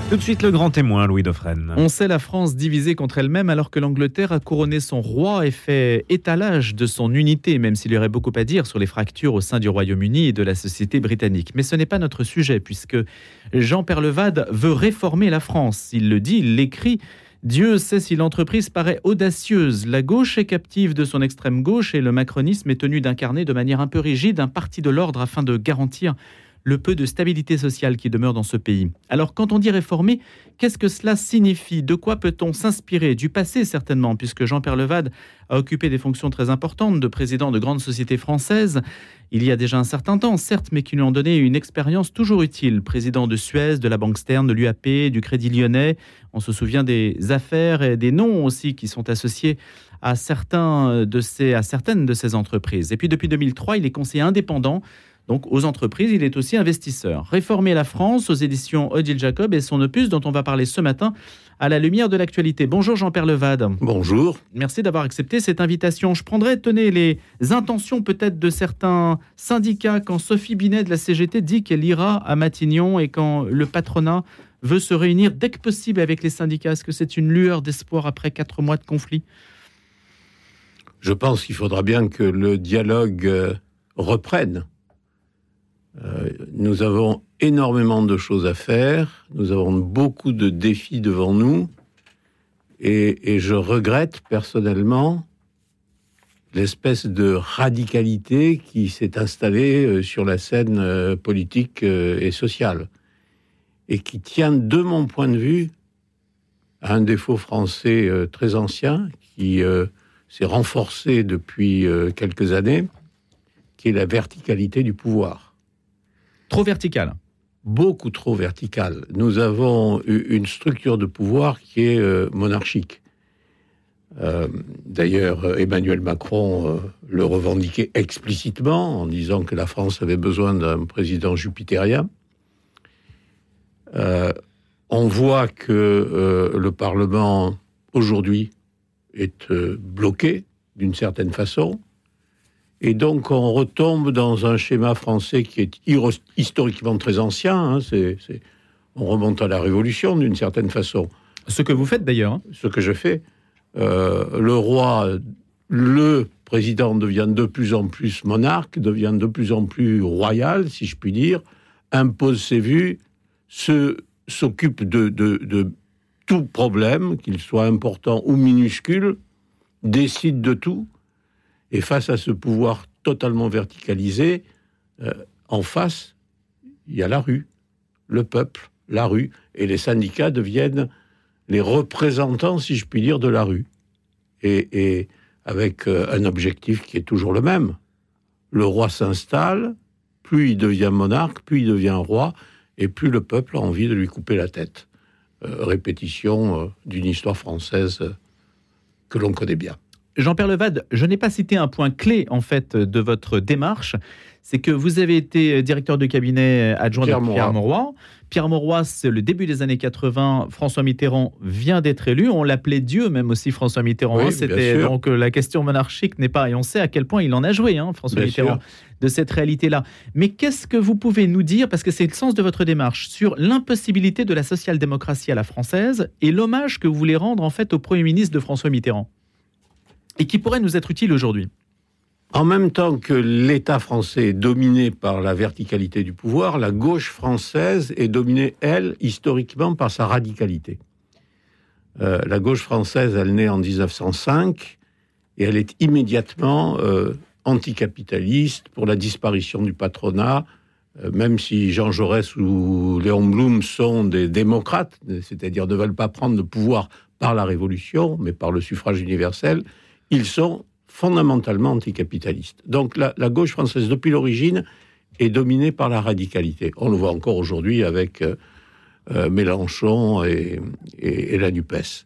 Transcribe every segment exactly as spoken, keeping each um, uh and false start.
Tout de suite, le grand témoin, Louis Dauphren. On sait la France divisée contre elle-même alors que l'Angleterre a couronné son roi et fait étalage de son unité, même s'il y aurait beaucoup à dire sur les fractures au sein du Royaume-Uni et de la société britannique. Mais ce n'est pas notre sujet, puisque Jean Peyrelevade veut réformer la France. Il le dit, il l'écrit. Dieu sait si l'entreprise paraît audacieuse. La gauche est captive de son extrême gauche et le macronisme est tenu d'incarner de manière un peu rigide un parti de l'ordre afin de garantir le peu de stabilité sociale qui demeure dans ce pays. Alors, quand on dit réformer, qu'est-ce que cela signifie ? De quoi peut-on s'inspirer ? Du passé, certainement, puisque Jean Peyrelevade a occupé des fonctions très importantes de président de grandes sociétés françaises, il y a déjà un certain temps, certes, mais qui lui ont donné une expérience toujours utile. Président de Suez, de la Banque Stern, de l'U A P, du Crédit Lyonnais. On se souvient des affaires et des noms aussi qui sont associés à, certains de ces, à certaines de ces entreprises. Et puis, depuis deux mille trois, il est conseiller indépendant. Donc, aux entreprises, il est aussi investisseur. Réformer la France aux éditions Odile Jacob et son opus dont on va parler ce matin à la lumière de l'actualité. Bonjour Jean Peyrelevade. Bonjour. Merci d'avoir accepté cette invitation. Je prendrai, tenez, les intentions peut-être de certains syndicats quand Sophie Binet de la C G T dit qu'elle ira à Matignon et quand le patronat veut se réunir dès que possible avec les syndicats. Est-ce que c'est une lueur d'espoir après quatre mois de conflit ? Je pense qu'il faudra bien que le dialogue reprenne. Euh, nous avons énormément de choses à faire, nous avons beaucoup de défis devant nous, et, et je regrette personnellement l'espèce de radicalité qui s'est installée sur la scène euh, politique euh, et sociale, et qui tient, de mon point de vue, à un défaut français euh, très ancien, qui euh, s'est renforcé depuis euh, quelques années, qui est la verticalité du pouvoir. Trop vertical. Beaucoup trop vertical. Nous avons une structure de pouvoir qui est euh, monarchique. Euh, d'ailleurs, Emmanuel Macron euh, le revendiquait explicitement en disant que la France avait besoin d'un président jupitérien. Euh, on voit que euh, le Parlement, aujourd'hui, est euh, bloqué d'une certaine façon. Et donc, on retombe dans un schéma français qui est historiquement très ancien. Hein, c'est, c'est, on remonte à la Révolution, d'une certaine façon. Ce que vous faites, d'ailleurs. Hein. Ce que je fais. Euh, le roi, le président devient de plus en plus monarque, devient de plus en plus royal, si je puis dire, impose ses vues, se, s'occupe de, de, de tout problème, qu'il soit important ou minuscule, décide de tout. Et face à ce pouvoir totalement verticalisé, euh, en face, il y a la rue, le peuple, la rue, et les syndicats deviennent les représentants, si je puis dire, de la rue. Et, et avec euh, un objectif qui est toujours le même. Le roi s'installe, plus il devient monarque, plus il devient roi, et plus le peuple a envie de lui couper la tête. Euh, répétition euh, d'une histoire française euh, que l'on connaît bien. Jean Peyrelevade, je n'ai pas cité un point clé en fait de votre démarche, c'est que vous avez été directeur de cabinet adjoint Pierre de Pierre Mauroy. Pierre Mauroy, c'est le début des années quatre-vingts. François Mitterrand vient d'être élu. On l'appelait Dieu, même aussi François Mitterrand. Oui, C'était donc la question monarchique n'est pas, et on sait à quel point il en a joué, hein, François bien Mitterrand, sûr. De cette réalité-là. Mais qu'est-ce que vous pouvez nous dire, parce que c'est le sens de votre démarche, sur l'impossibilité de la social-démocratie à la française et l'hommage que vous voulez rendre en fait au Premier ministre de François Mitterrand? Et qui pourrait nous être utile aujourd'hui. En même temps que l'État français est dominé par la verticalité du pouvoir, la gauche française est dominée, elle, historiquement, par sa radicalité. Euh, la gauche française, elle naît en dix-neuf cent cinq, et elle est immédiatement euh, anticapitaliste, pour la disparition du patronat, euh, même si Jean Jaurès ou Léon Blum sont des démocrates, c'est-à-dire ne veulent pas prendre le pouvoir par la Révolution, mais par le suffrage universel, ils sont fondamentalement anticapitalistes. Donc la, la gauche française, depuis l'origine, est dominée par la radicalité. On le voit encore aujourd'hui avec euh, euh, Mélenchon et, et, et la NUPES.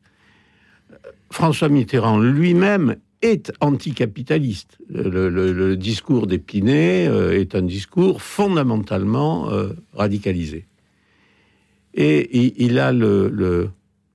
François Mitterrand lui-même est anticapitaliste. Le, le, le discours d'Épinay euh, est un discours fondamentalement euh, radicalisé. Et il, il a le... le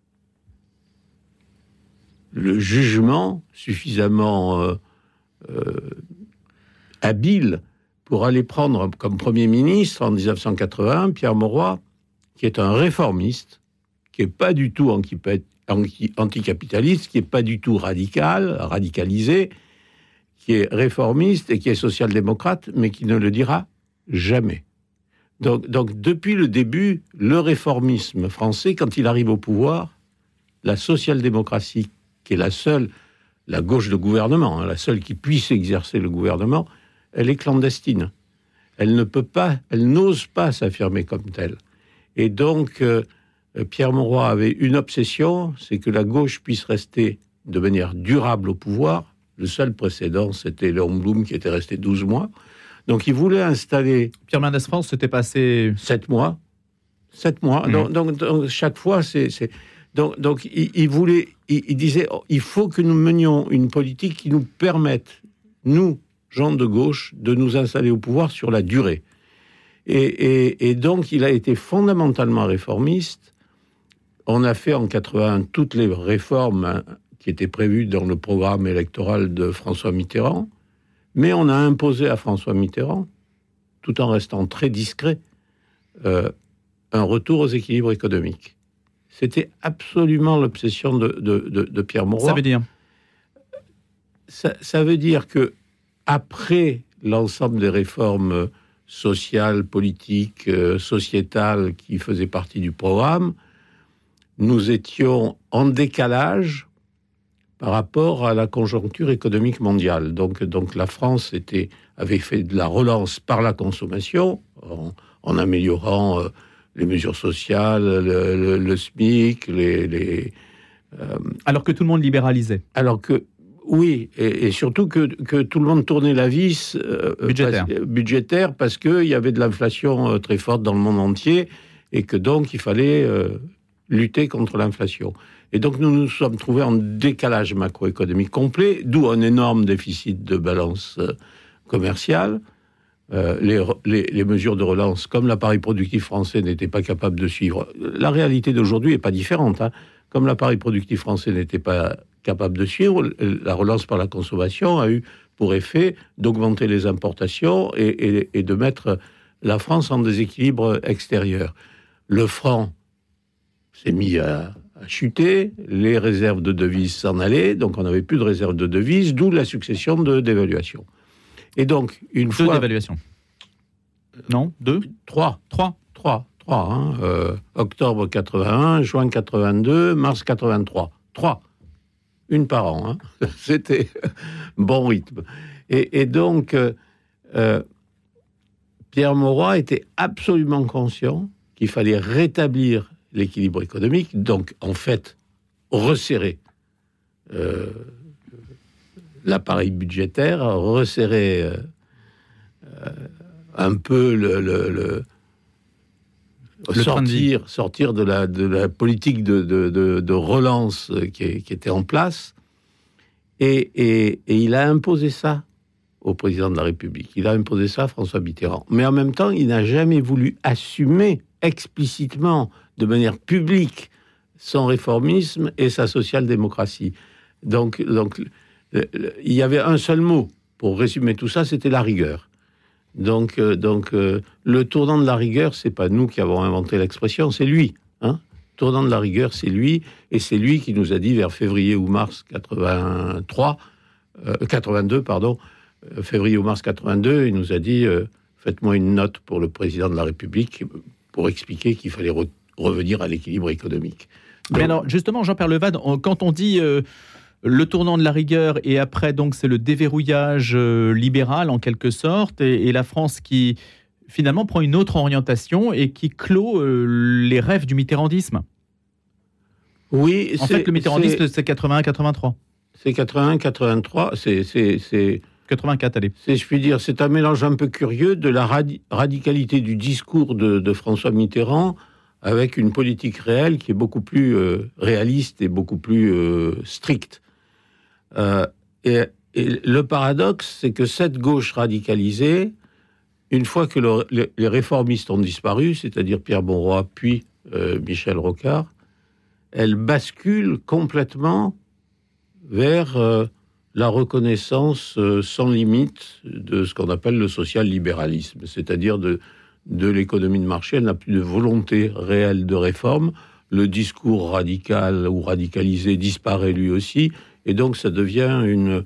le jugement suffisamment euh, euh, habile pour aller prendre comme Premier ministre en dix-neuf cent quatre-vingt Pierre Mauroy, qui est un réformiste, qui n'est pas du tout anticapitaliste, qui n'est pas du tout radical, radicalisé, qui est réformiste et qui est social-démocrate, mais qui ne le dira jamais. Donc, donc, depuis le début, le réformisme français, quand il arrive au pouvoir, la social-démocratie, qui est la seule, la gauche de gouvernement, hein, la seule qui puisse exercer le gouvernement, elle est clandestine. Elle ne peut pas, elle n'ose pas s'affirmer comme telle. Et donc, euh, Pierre Mauroy avait une obsession, c'est que la gauche puisse rester de manière durable au pouvoir. Le seul précédent, c'était Léon Blum qui était resté douze mois. Donc, il voulait installer... Pierre Mendès France, c'était passé... sept mois. sept mois. Mmh. Donc, donc, donc, chaque fois, c'est... c'est... Donc, donc il, il voulait... Il, il disait, oh, il faut que nous menions une politique qui nous permette, nous, gens de gauche, de nous installer au pouvoir sur la durée. Et, et, et donc, il a été fondamentalement réformiste. On a fait en quatre-vingt-un toutes les réformes hein, qui étaient prévues dans le programme électoral de François Mitterrand, mais on a imposé à François Mitterrand, tout en restant très discret, euh, un retour aux équilibres économiques. C'était absolument l'obsession de, de, de, de Pierre Mauroy. Ça veut dire ça, ça veut dire que après l'ensemble des réformes sociales, politiques, euh, sociétales qui faisaient partie du programme, nous étions en décalage par rapport à la conjoncture économique mondiale. Donc, donc la France était, avait fait de la relance par la consommation, en, en améliorant euh, les mesures sociales, le, le, le SMIC, les... les euh, alors que tout le monde libéralisait. Alors que Oui, et, et surtout que, que tout le monde tournait la vis euh, budgétaire. Parce, budgétaire parce qu'il y avait de l'inflation euh, très forte dans le monde entier et que donc il fallait euh, lutter contre l'inflation. Et donc nous nous sommes trouvés en décalage macroéconomique complet, d'où un énorme déficit de balance euh, commerciale. Euh, les, les, les mesures de relance, comme l'appareil productif français n'était pas capable de suivre. La réalité d'aujourd'hui n'est pas différente. Hein. Comme l'appareil productif français n'était pas capable de suivre, la relance par la consommation a eu pour effet d'augmenter les importations et, et, et de mettre la France en déséquilibre extérieur. Le franc s'est mis à, à chuter, les réserves de devises s'en allaient, donc on n'avait plus de réserves de devises, d'où la succession de dévaluations. Et donc, une Deux fois... Deux dévaluations. Non, deux Trois. Trois. Trois. Trois. Hein. Euh, octobre quatre-vingt-un, juin quatre-vingt-deux, mars quatre-vingt-trois. Trois. Une par an. Hein. C'était bon rythme. Et, et donc, euh, euh, Pierre Mauroy était absolument conscient qu'il fallait rétablir l'équilibre économique, donc, en fait, resserrer euh, l'appareil budgétaire, resserrer euh, euh, un peu le... le, le Le sortir, sortir de la, de la politique de, de, de, de relance qui, qui était en place. Et, et, et il a imposé ça au président de la République. Il a imposé ça à François Mitterrand. Mais en même temps, il n'a jamais voulu assumer explicitement, de manière publique, son réformisme et sa social-démocratie. Donc, donc le, le, il y avait un seul mot pour résumer tout ça, c'était la rigueur. Donc, euh, donc euh, le tournant de la rigueur, c'est pas nous qui avons inventé l'expression, c'est lui. Hein. Tournant de la rigueur, c'est lui, et c'est lui qui nous a dit vers février ou mars quatre-vingt-trois, euh, quatre-vingt-deux, pardon, euh, février ou mars quatre-vingt-deux, il nous a dit euh, faites-moi une note pour le président de la République pour expliquer qu'il fallait re- revenir à l'équilibre économique. Donc, mais alors, justement, Jean-Pierre Levade, on, quand on dit euh, le tournant de la rigueur et après, donc, c'est le déverrouillage euh, libéral en quelque sorte, et, et la France qui finalement prend une autre orientation et qui clôt euh, les rêves du mitterrandisme. Oui, en fait, le mitterrandisme, c'est, c'est quatre-vingt-un quatre-vingt-trois. C'est quatre-vingt-un quatre-vingt-trois, c'est... c'est, c'est... quatre-vingt-quatre, allez. C'est, je puis dire, c'est un mélange un peu curieux de la radi- radicalité du discours de, de François Mitterrand avec une politique réelle qui est beaucoup plus euh, réaliste et beaucoup plus euh, stricte. Euh, et, et le paradoxe, c'est que cette gauche radicalisée, une fois que le, le, les réformistes ont disparu, c'est-à-dire Pierre Mauroy puis euh, Michel Rocard, elle bascule complètement vers... Euh, la reconnaissance euh, sans limite de ce qu'on appelle le social-libéralisme, c'est-à-dire de, de l'économie de marché. Elle n'a plus de volonté réelle de réforme. le discours radical ou radicalisé disparaît lui aussi, et donc ça devient une,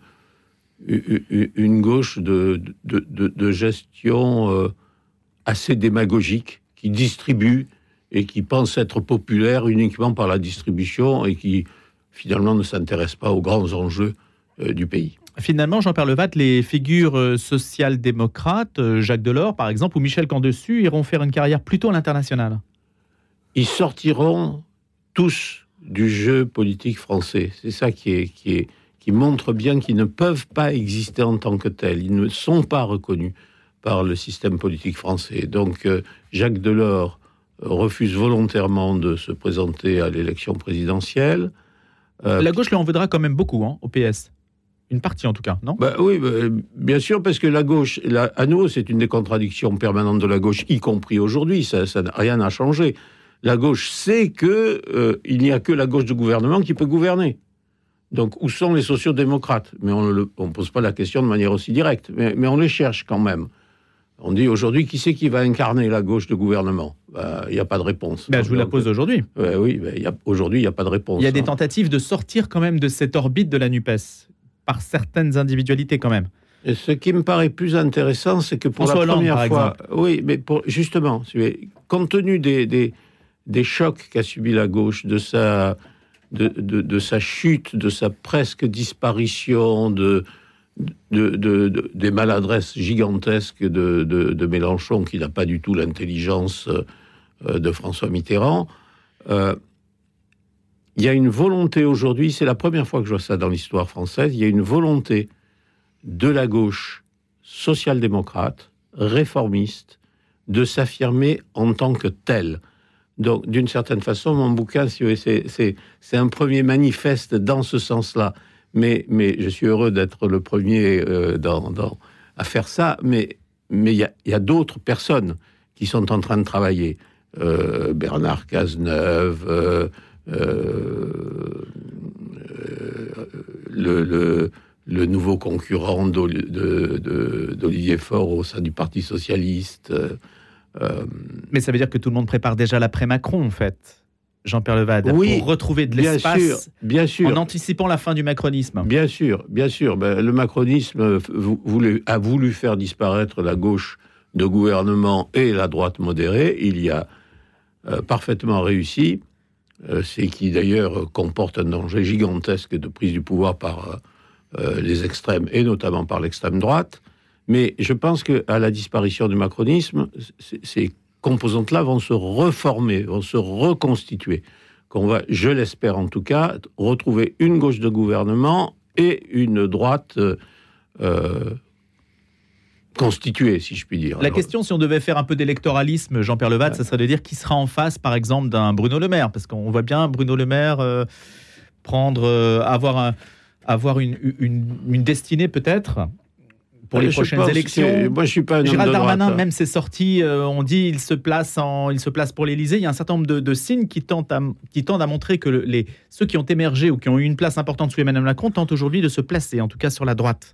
une gauche de, de, de, de gestion euh, assez démagogique, qui distribue et qui pense être populaire uniquement par la distribution et qui finalement ne s'intéresse pas aux grands enjeux euh, du pays. Finalement, Jean-Pierre Levat, les figures euh, social-démocrates, euh, Jacques Delors par exemple, ou Michel Camdessus, iront faire une carrière plutôt à l'international. Ils sortiront tous du jeu politique français. C'est ça qui, est, qui, est, qui montre bien qu'ils ne peuvent pas exister en tant que tels. Ils ne sont pas reconnus par le système politique français. Donc euh, Jacques Delors refuse volontairement de se présenter à l'élection présidentielle. Euh, La gauche lui en voudra quand même beaucoup, hein, au P S. Une partie en tout cas, non ? Bah oui, bah, bien sûr, parce que la gauche, la, à nouveau, c'est une des contradictions permanentes de la gauche, y compris aujourd'hui, ça, ça rien n'a changé. La gauche sait que euh, il n'y a que la gauche de gouvernement qui peut gouverner. Donc, où sont les sociodémocrates ? Mais on ne pose pas la question de manière aussi directe, mais, mais on les cherche quand même. On dit aujourd'hui, qui c'est qui va incarner la gauche de gouvernement ? Il bah, n'y a pas de réponse. Ben, je vous la pose aujourd'hui. Euh, oui, bah, y a, aujourd'hui, il n'y a pas de réponse. Il y a des tentatives de sortir quand même de cette orbite de la NUPES, par certaines individualités quand même. Et ce qui me paraît plus intéressant, c'est que pour François la première Hollande, fois... Oui, mais pour, justement, compte tenu des, des, des chocs qu'a subi la gauche, de sa, de, de, de sa chute, de sa presque disparition, de... De, de, de, des maladresses gigantesques de, de, de Mélenchon, qui n'a pas du tout l'intelligence euh, de François Mitterrand. Euh, il y a une volonté aujourd'hui, c'est la première fois que je vois ça dans l'histoire française, il y a une volonté de la gauche social-démocrate, réformiste, de s'affirmer en tant que telle. Donc, d'une certaine façon, mon bouquin, c'est, c'est, c'est un premier manifeste dans ce sens-là. Mais, mais je suis heureux d'être le premier euh, dans, dans, à faire ça. Mais mais il y a, y a d'autres personnes qui sont en train de travailler. Euh, Bernard Cazeneuve, euh, euh, le, le, le nouveau concurrent d'Oli- de, de, d'Olivier Faure au sein du Parti socialiste. Euh, mais ça veut dire que tout le monde prépare déjà l'après-Macron, en fait. Jean-Pierre Levat, oui, pour retrouver de l'espace bien sûr, bien sûr. en anticipant la fin du macronisme. Bien sûr, bien sûr. Ben, le macronisme voulait, a voulu faire disparaître la gauche de gouvernement et la droite modérée. Il y a euh, parfaitement réussi. Euh, c'est qui d'ailleurs comporte un danger gigantesque de prise du pouvoir par euh, les extrêmes et notamment par l'extrême droite. Mais je pense qu'à la disparition du macronisme, c'est, c'est composantes-là vont se reformer, vont se reconstituer. Qu'on va, je l'espère en tout cas, retrouver une gauche de gouvernement et une droite euh, constituée, si je puis dire. La Alors, question, si on devait faire un peu d'électoralisme, Jean-Pierre Levat, ouais. ça serait de dire qui sera en face, par exemple, d'un Bruno Le Maire, parce qu'on voit bien Bruno Le Maire euh, prendre, euh, avoir, un, avoir une, une, une destinée peut-être pour les je prochaines élections. Que, moi, je suis pas un Gérald homme de Darmanin, droite, même ses sorties, euh, on dit il se place en, il se place pour l'Élysée. Il y a un certain nombre de, de signes qui tentent à, qui tendent à montrer que le, les ceux qui ont émergé ou qui ont eu une place importante sous Emmanuel Macron tentent aujourd'hui de se placer, en tout cas sur la droite.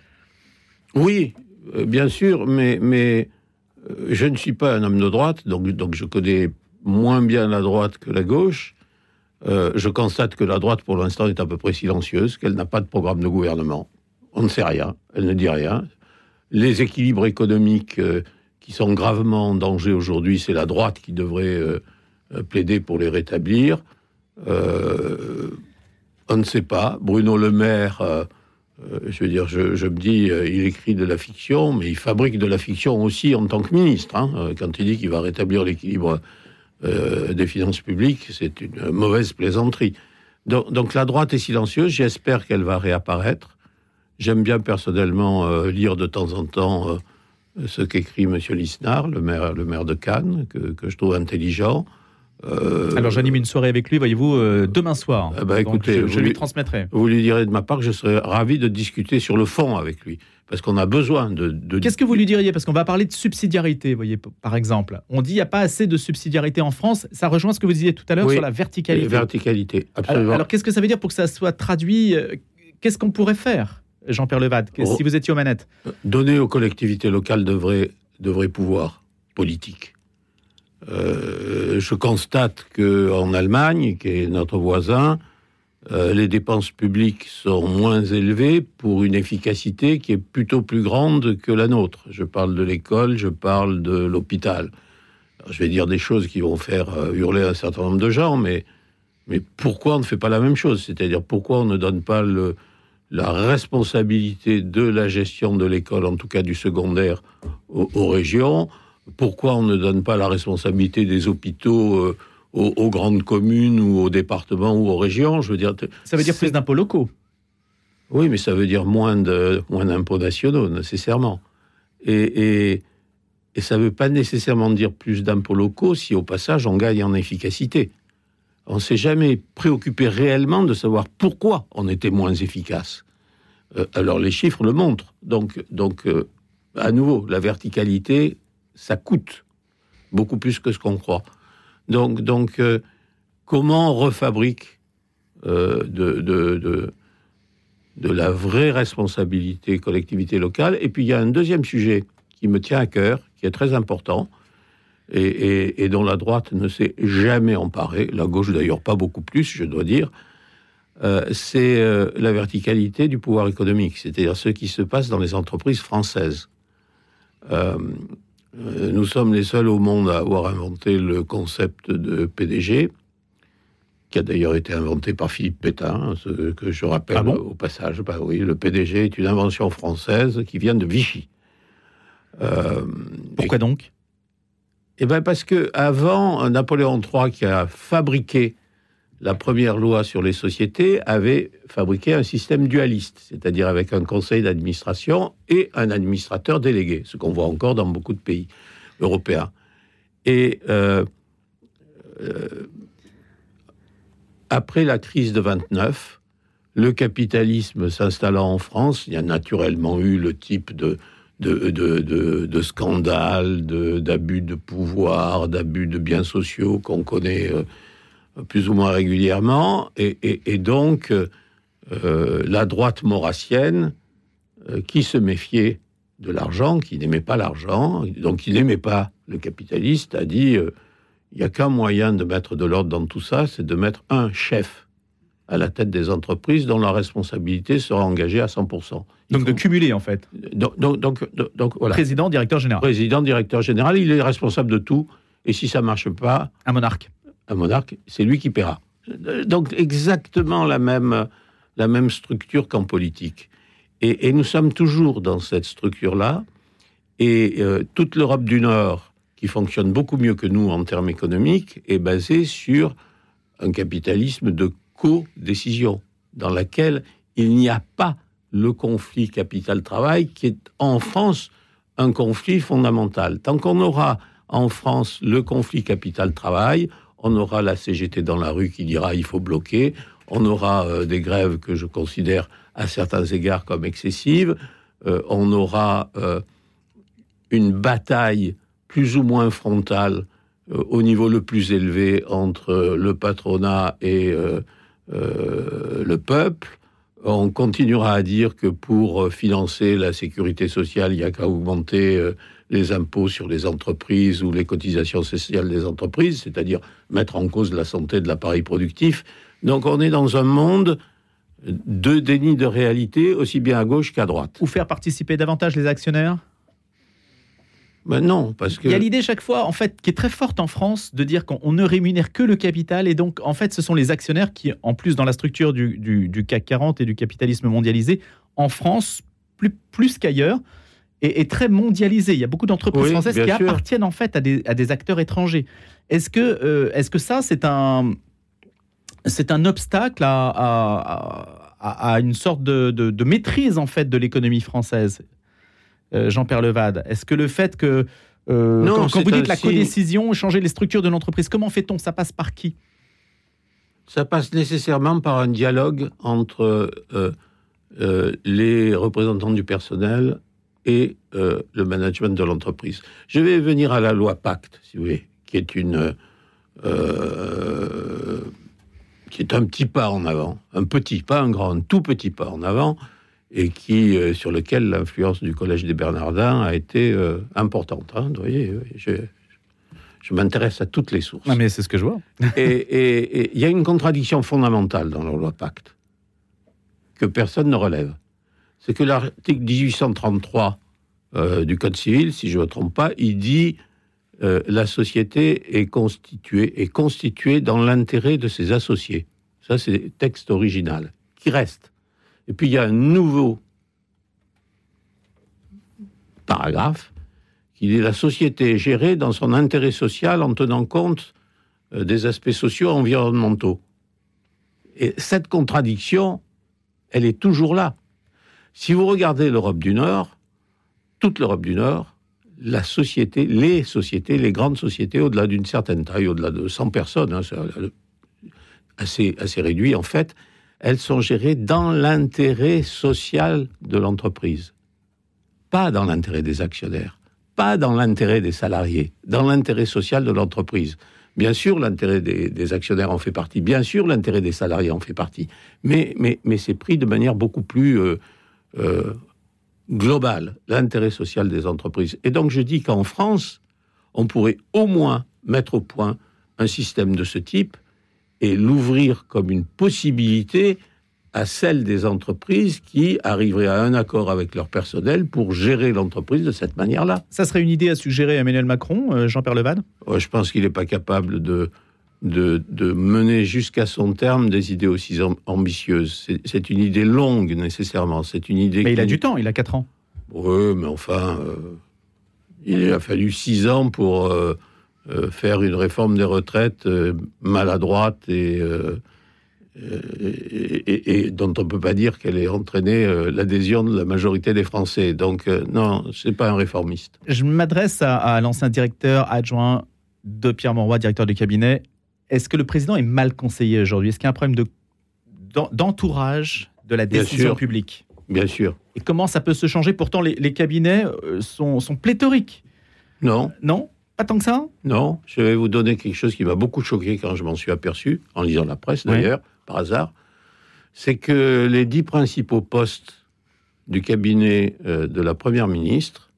Oui, euh, bien sûr, mais mais euh, je ne suis pas un homme de droite, donc donc je connais moins bien la droite que la gauche. Euh, je constate que la droite, pour l'instant, est à peu près silencieuse, qu'elle n'a pas de programme de gouvernement. On ne sait rien, elle ne dit rien. Les équilibres économiques euh, qui sont gravement en danger aujourd'hui, c'est la droite qui devrait euh, plaider pour les rétablir. Euh, on ne sait pas. Bruno Le Maire, euh, euh, je veux dire, je, je me dis, euh, il écrit de la fiction, mais il fabrique de la fiction aussi en tant que ministre. Hein, euh, quand il dit qu'il va rétablir l'équilibre euh, des finances publiques, c'est une mauvaise plaisanterie. Donc, donc la droite est silencieuse, j'espère qu'elle va réapparaître. J'aime bien personnellement euh, lire de temps en temps euh, ce qu'écrit M. Lisnard, le maire, le maire de Cannes, que, que je trouve intelligent. Euh, Alors j'anime une soirée avec lui, voyez-vous, euh, demain soir. Euh, bah, écoutez, je, je lui lui transmettrai. Vous lui direz de ma part que je serais ravi de discuter sur le fond avec lui, parce qu'on a besoin de... de... Qu'est-ce que vous lui diriez ? Parce qu'on va parler de subsidiarité, voyez, par exemple. On dit qu'il n'y a pas assez de subsidiarité en France. Ça rejoint ce que vous disiez tout à l'heure oui, sur la verticalité. Verticalité, absolument. Alors, alors qu'est-ce que ça veut dire pour que ça soit traduit ? Qu'est-ce qu'on pourrait faire ? Jean-Pierre Levat, oh, si vous étiez aux manettes. Donner aux collectivités locales de vrais, de vrais pouvoirs politiques. Euh, je constate qu'en Allemagne, qui est notre voisin, euh, les dépenses publiques sont moins élevées pour une efficacité qui est plutôt plus grande que la nôtre. Je parle de l'école, je parle de l'hôpital. Alors, je vais dire des choses qui vont faire euh, hurler un certain nombre de gens, mais, mais pourquoi on ne fait pas la même chose ? C'est-à-dire pourquoi on ne donne pas le, la responsabilité de la gestion de l'école, en tout cas du secondaire, aux, aux régions ? Pourquoi on ne donne pas la responsabilité des hôpitaux euh, aux, aux grandes communes ou aux départements ou aux régions ? Je veux dire, ça veut dire c'est... plus d'impôts locaux. Oui, mais ça veut dire moins, de, moins d'impôts nationaux, nécessairement. Et, et, et ça ne veut pas nécessairement dire plus d'impôts locaux si, au passage, on gagne en efficacité. On ne s'est jamais préoccupé réellement de savoir pourquoi on était moins efficace. Euh, alors, les chiffres le montrent. Donc, donc euh, à nouveau, la verticalité... ça coûte beaucoup plus que ce qu'on croit. Donc, donc euh, comment on refabrique euh, de, de, de, de la vraie responsabilité collectivité locale ? Et puis, il y a un deuxième sujet qui me tient à cœur, qui est très important, et, et, et dont la droite ne s'est jamais emparée, la gauche d'ailleurs pas beaucoup plus, je dois dire, euh, c'est euh, la verticalité du pouvoir économique, c'est-à-dire ce qui se passe dans les entreprises françaises. Euh, Nous sommes les seuls au monde à avoir inventé le concept de P D G, qui a d'ailleurs été inventé par Philippe Pétain, ce que je rappelle ah bon au passage. Bah oui, le P D G est une invention française qui vient de Vichy. Euh, Pourquoi et, donc ? Eh bien parce qu'avant, Napoléon trois, qui a fabriqué la première loi sur les sociétés, avait fabriqué un système dualiste, c'est-à-dire avec un conseil d'administration et un administrateur délégué, ce qu'on voit encore dans beaucoup de pays européens. Et euh, euh, après la crise de vingt-neuf, le capitalisme s'installant en France, il y a naturellement eu le type de, de, de, de, de scandale, de, d'abus de pouvoir, d'abus de biens sociaux qu'on connaît euh, plus ou moins régulièrement, et, et, et donc euh, la droite maurassienne, euh, qui se méfiait de l'argent, qui n'aimait pas l'argent, donc qui n'aimait pas le capitaliste, a dit il euh, n'y a qu'un moyen de mettre de l'ordre dans tout ça, c'est de mettre un chef à la tête des entreprises dont la responsabilité sera engagée à cent pour cent. Il donc faut... de cumuler, en fait. Donc, donc, donc, donc voilà. Président, directeur général. Président, directeur général, il est responsable de tout, et si ça ne marche pas... Un monarque. Un monarque, c'est lui qui paiera. Donc exactement la même, la même structure qu'en politique. Et, et nous sommes toujours dans cette structure-là. Et euh, toute l'Europe du Nord, qui fonctionne beaucoup mieux que nous en termes économiques, est basée sur un capitalisme de co-décision, dans laquelle il n'y a pas le conflit capital-travail, qui est en France un conflit fondamental. Tant qu'on aura en France le conflit capital-travail, on aura la C G T dans la rue qui dira il faut bloquer, on aura euh, des grèves que je considère à certains égards comme excessives, euh, on aura euh, une bataille plus ou moins frontale euh, au niveau le plus élevé entre le patronat et euh, euh, le peuple. On continuera à dire que pour financer la sécurité sociale, il n'y a qu'à augmenter euh, les impôts sur les entreprises ou les cotisations sociales des entreprises, c'est-à-dire mettre en cause la santé de l'appareil productif. Donc on est dans un monde de déni de réalité, aussi bien à gauche qu'à droite. Ou faire participer davantage les actionnaires ? Ben non, parce que... Il y a l'idée chaque fois, en fait, qui est très forte en France, de dire qu'on ne rémunère que le capital, et donc, en fait, ce sont les actionnaires qui, en plus, dans la structure du, du, du C A C quarante et du capitalisme mondialisé, en France, plus, plus qu'ailleurs, est, est très mondialisé. Il y a beaucoup d'entreprises oui, françaises qui sûr. appartiennent, en fait, à des, à des acteurs étrangers. Est-ce que, euh, est-ce que ça, c'est un, c'est un obstacle à, à, à, à une sorte de, de, de maîtrise, en fait, de l'économie française ? Euh, Jean-Pierre Levade, est-ce que le fait que, euh, non, quand, quand vous dites la codécision, changer les structures de l'entreprise, comment fait-on ? Ça passe par qui ? Ça passe nécessairement par un dialogue entre euh, euh, les représentants du personnel et euh, le management de l'entreprise. Je vais venir à la loi Pacte, si vous voulez, qui est une, euh, qui est un petit pas en avant, un petit pas, un grand, un tout petit pas en avant, et qui, euh, sur lequel l'influence du Collège des Bernardins a été euh, importante. Hein, vous voyez, je, Je m'intéresse à toutes les sources. Ah, mais c'est ce que je vois. Et il y a une contradiction fondamentale dans la loi Pacte que personne ne relève. C'est que l'article dix-huit cent trente-trois euh, du Code civil, si je ne me trompe pas, il dit euh, la société est constituée, est constituée dans l'intérêt de ses associés. Ça, c'est le texte original qui reste. Et puis, il y a un nouveau paragraphe qui dit la société est gérée dans son intérêt social en tenant compte euh, des aspects sociaux et environnementaux. Et cette contradiction, elle est toujours là. Si vous regardez l'Europe du Nord, toute l'Europe du Nord, la société, les sociétés, les grandes sociétés, au-delà d'une certaine taille, au-delà de cent personnes, hein, c'est assez, assez réduit en fait, elles sont gérées dans l'intérêt social de l'entreprise. Pas dans l'intérêt des actionnaires, pas dans l'intérêt des salariés, dans l'intérêt social de l'entreprise. Bien sûr, l'intérêt des, des actionnaires en fait partie, bien sûr, l'intérêt des salariés en fait partie, mais, mais, mais c'est pris de manière beaucoup plus euh, euh, globale, l'intérêt social des entreprises. Et donc, je dis qu'en France, on pourrait au moins mettre au point un système de ce type et l'ouvrir comme une possibilité à celle des entreprises qui arriveraient à un accord avec leur personnel pour gérer l'entreprise de cette manière-là. Ça serait une idée à suggérer à Emmanuel Macron, euh, Jean-Pierre Levade ? Ouais, je pense qu'il n'est pas capable de, de, de mener jusqu'à son terme des idées aussi ambitieuses. C'est, c'est une idée longue, nécessairement. C'est une idée mais qui... il a du temps, il a quatre ans. Oui, mais enfin, euh, il a fallu six ans pour euh, euh, faire une réforme des retraites euh, maladroite et... Euh, Et, et, et dont on ne peut pas dire qu'elle ait entraîné euh, l'adhésion de la majorité des Français. Donc, euh, non, ce n'est pas un réformiste. Je m'adresse à, à l'ancien directeur adjoint de Pierre Mauroy, directeur du cabinet. Est-ce que le président est mal conseillé aujourd'hui ? Est-ce qu'il y a un problème de, d'entourage de la décision publique ? Bien sûr. Et comment ça peut se changer ? Pourtant, les, les cabinets sont, sont pléthoriques. Non. Non ? Pas tant que ça ? Non. Je vais vous donner quelque chose qui m'a beaucoup choqué quand je m'en suis aperçu, en lisant la presse d'ailleurs, oui. Par hasard, c'est que les dix principaux postes du cabinet euh, de la Première ministre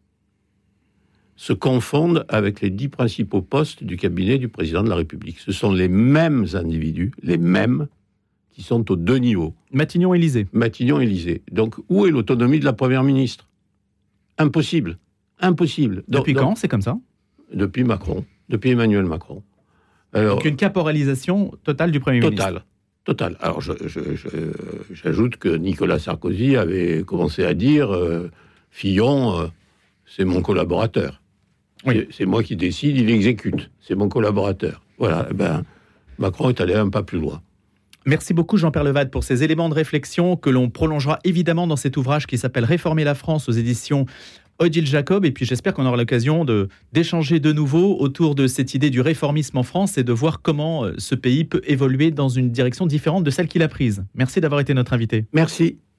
se confondent avec les dix principaux postes du cabinet du président de la République. Ce sont les mêmes individus, les mêmes, qui sont aux deux niveaux. Matignon-Élysée. Matignon-Élysée. Donc, où est l'autonomie de la Première ministre ? Impossible. Impossible. Donc, depuis donc, quand c'est comme ça ? Depuis Macron. Depuis Emmanuel Macron. Alors, donc une caporalisation totale du Premier totale, ministre. Totale. Alors, je, je, je, j'ajoute que Nicolas Sarkozy avait commencé à dire euh, Fillon, euh, c'est mon collaborateur. Oui. C'est, c'est moi qui décide, il exécute. C'est mon collaborateur. Voilà. Eh ben, Macron est allé un pas plus loin. Merci beaucoup Jean-Pierre Levade pour ces éléments de réflexion que l'on prolongera évidemment dans cet ouvrage qui s'appelle Réformer la France aux éditions Odile Jacob. Et puis j'espère qu'on aura l'occasion de, d'échanger de nouveau autour de cette idée du réformisme en France et de voir comment ce pays peut évoluer dans une direction différente de celle qu'il a prise. Merci d'avoir été notre invité. Merci.